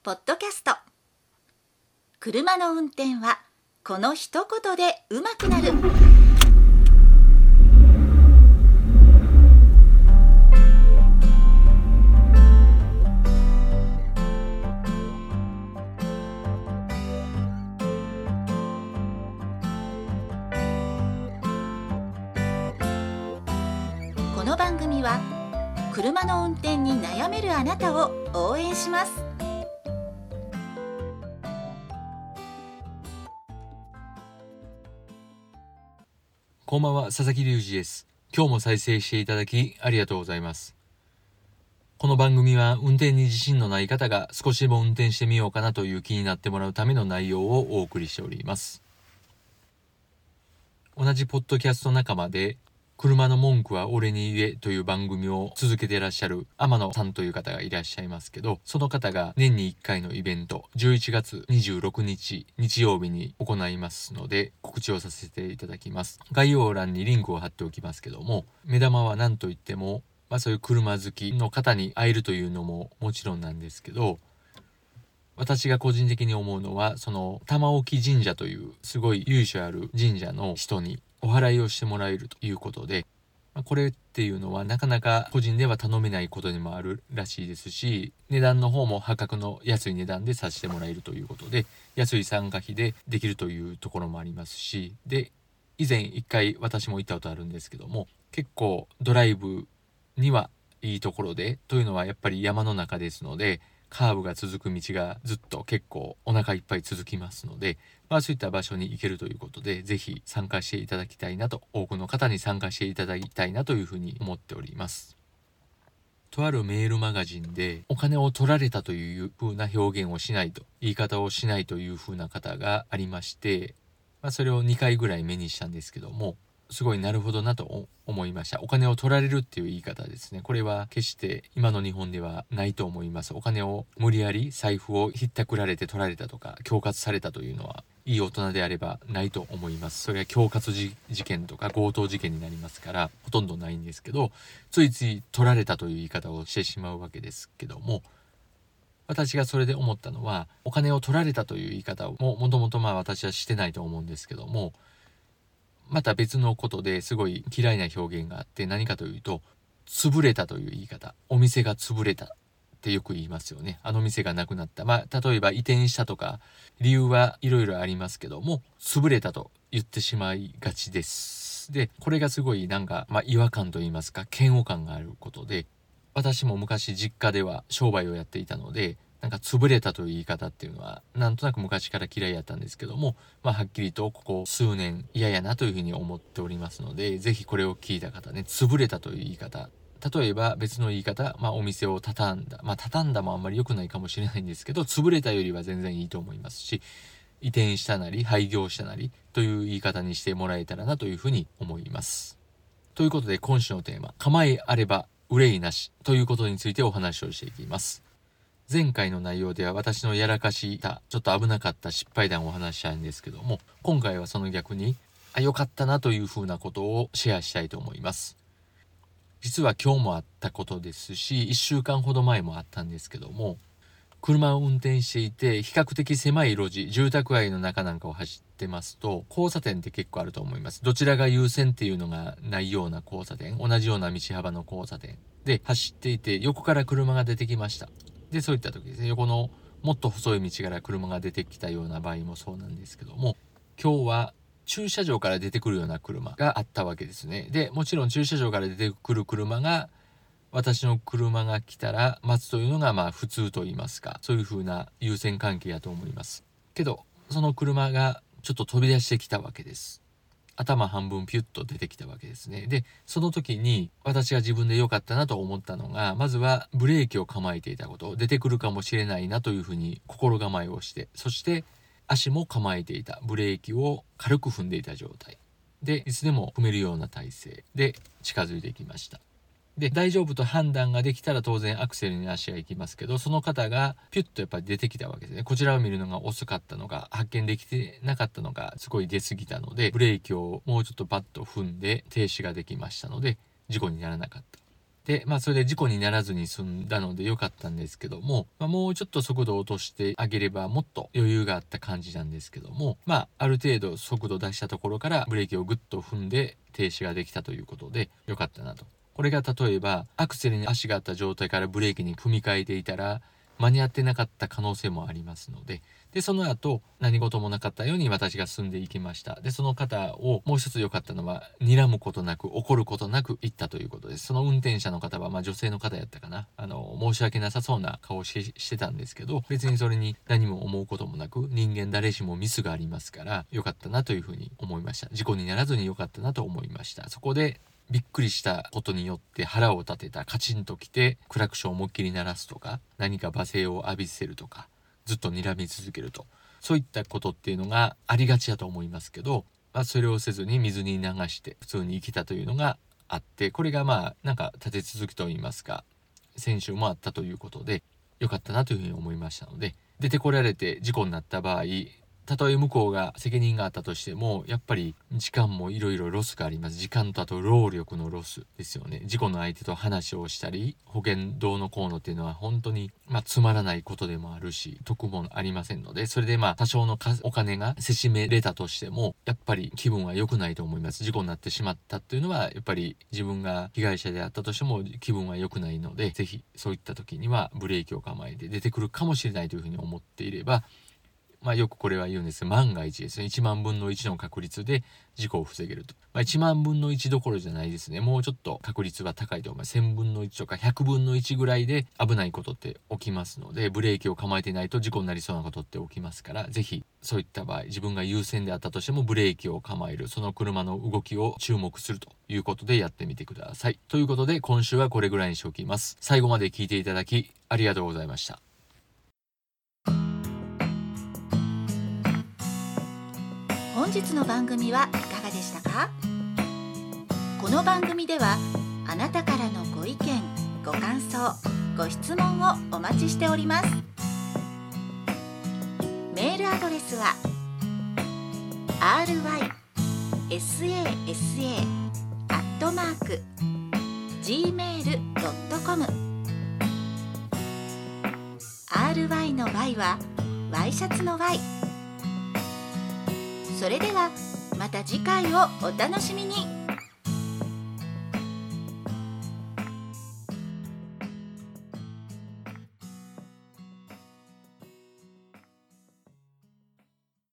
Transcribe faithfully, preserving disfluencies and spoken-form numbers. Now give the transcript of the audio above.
ポッドキャスト。車の運転はこの一言でうまくなる。この番組は車の運転に悩めるあなたを応援します。 こんばんは、佐々木隆二です。今日も再生していただきありがとうございます。この番組は運転に自信のない方が少しでも運転してみようかなという気になってもらうための内容をお送りしております。同じポッドキャスト仲間で車の文句は俺に言えという番組を続けていらっしゃる天野さんという方がいらっしゃいますけど、その方が年にいっかいのイベントじゅういちがつにじゅうろくにち日曜日に行いますので告知をさせていただきます。概要欄にリンクを貼っておきますけども、目玉は何といっても、まあ、そういう車好きの方に会えるというのももちろんなんですけど、私が個人的に思うのはその玉置神社というすごい由緒ある神社の人にお祓いをしてもらえるということで、これっていうのはなかなか個人では頼めないことでもあるらしいですし、値段の方も破格の安い値段でさせてもらえるということで、安い参加費でできるというところもありますし、で以前一回私も行ったことあるんですけども、結構ドライブにはいいところで、というのはやっぱり山の中ですのでカーブが続く道がずっと結構お腹いっぱい続きますので、まあそういった場所に行けるということで、ぜひ参加していただきたいなと、多くの方に参加していただきたいなというふうに思っております。とあるメールマガジンでお金を取られたというふうな表現をしないと、言い方をしないというふうな方がありまして、まあそれをにかいぐらい目にしたんですけども、すごいなるほどなと思いました。お金を取られるっていう言い方ですね。これは決して今の日本ではないと思います。お金を無理やり財布をひったくられて取られたとか恐喝されたというのは、いい大人であればないと思います。それは恐喝事件とか強盗事件になりますからほとんどないんですけど、ついつい取られたという言い方をしてしまうわけですけども、私がそれで思ったのは、お金を取られたという言い方をももともとまあ私はしてないと思うんですけども、また別のことですごい嫌いな表現があって、何かというと潰れたという言い方。お店が潰れたってよく言いますよね。あの店がなくなった。まあ例えば移転したとか理由はいろいろありますけども、潰れたと言ってしまいがちです。でこれがすごいなんか、まあ、違和感と言いますか嫌悪感があることで、私も昔実家では商売をやっていたので、なんか潰れたという言い方っていうのはなんとなく昔から嫌いやったんですけども、まあはっきりとここ数年嫌やなというふうに思っておりますので、ぜひこれを聞いた方ね、潰れたという言い方、例えば別の言い方、まあお店を畳んだ、まあ畳んだもあんまり良くないかもしれないんですけど、潰れたよりは全然いいと思いますし、移転したなり廃業したなりという言い方にしてもらえたらなというふうに思います。ということで今週のテーマ、構えあれば憂いなしということについてお話をしていきます。前回の内容では私のやらかしたちょっと危なかった失敗談をお話ししたんですけども、今回はその逆にあ良かったなというふうなことをシェアしたいと思います。実は今日もあったことですし、いっしゅうかんほど前もあったんですけども、車を運転していて比較的狭い路地、住宅街の中なんかを走ってますと、交差点って結構あると思います。どちらが優先っていうのがないような交差点、同じような道幅の交差点で走っていて、横から車が出てきました。でそういった時ですね、横のもっと細い道から車が出てきたような場合もそうなんですけども、今日は駐車場から出てくるような車があったわけですね。でもちろん駐車場から出てくる車が私の車が来たら待つというのがまあ普通と言いますか、そういう風な優先関係やと思いますけど、その車がちょっと飛び出してきたわけです。頭半分ピュッと出てきたわけですね。でその時に私が自分で良かったなと思ったのが、まずはブレーキを構えていたこと、出てくるかもしれないなというふうに心構えをして、そして足も構えていた、ブレーキを軽く踏んでいた状態で、いつでも踏めるような体勢で近づいていきました。で大丈夫と判断ができたら当然アクセルに足が行きますけど、その方がピュッとやっぱり出てきたわけですね。こちらを見るのが遅かったのか、発見できてなかったのがすごい出過ぎたので、ブレーキをもうちょっとバッと踏んで停止ができましたので事故にならなかった。 で、まあそれで事故にならずに済んだので良かったんですけども、まあ、もうちょっと速度を落としてあげればもっと余裕があった感じなんですけども、まあある程度速度出したところからブレーキをグッと踏んで停止ができたということで良かったなと。これが例えばアクセルに足があった状態からブレーキに踏み替えていたら間に合ってなかった可能性もありますので、でその後何事もなかったように私が進んでいきました。でその方をもう一つ良かったのは睨むことなく怒ることなく行ったということです。その運転者の方は、まあ、女性の方やったかな、あの申し訳なさそうな顔を し, してたんですけど、別にそれに何も思うこともなく、人間誰しもミスがありますから良かったなというふうに思いました。事故にならずに良かったなと思いました。そこでびっくりしたことによって腹を立てた、カチンときてクラクションを思いっきり鳴らすとか、何か罵声を浴びせるとか、ずっと睨み続けると、そういったことっていうのがありがちだと思いますけど、まあ、それをせずに水に流して普通に生きたというのがあって、これがまあなんか立て続きといいますか先週もあったということで良かったなというふうに思いましたので、出てこられて事故になった場合、たとえ向こうが責任があったとしてもやっぱり時間もいろいろロスがあります。時間とあと労力のロスですよね。事故の相手と話をしたり保険どうのこうのっていうのは本当にまあつまらないことでもあるし得もありませんので、それでまあ多少のお金がせしめれたとしてもやっぱり気分は良くないと思います。事故になってしまったっていうのはやっぱり自分が被害者であったとしても気分は良くないので、ぜひそういった時にはブレーキを構えて出てくるかもしれないというふうに思っていれば、まあよくこれは言うんです。万が一ですね。いちまんぶんのいちの確率で事故を防げると。まあいちまんぶんのいちどころじゃないですね。もうちょっと確率は高いと思います。せんぶんのいちとかひゃくぶんのいちぐらいで危ないことって起きますので、ブレーキを構えていないと事故になりそうなことって起きますから、ぜひそういった場合、自分が優先であったとしてもブレーキを構える、その車の動きを注目するということでやってみてください。ということで今週はこれぐらいにしておきます。最後まで聞いていただきありがとうございました。 本日の番組はいかがでしたか？この番組ではあなたからのご意見、ご感想、ご質問をお待ちしております。メールアドレスは アールワイエスエーエスエー アットマーク ジーメール ドットコム アールワイ の Y はワイシャツの Y。それではまた次回をお楽しみに。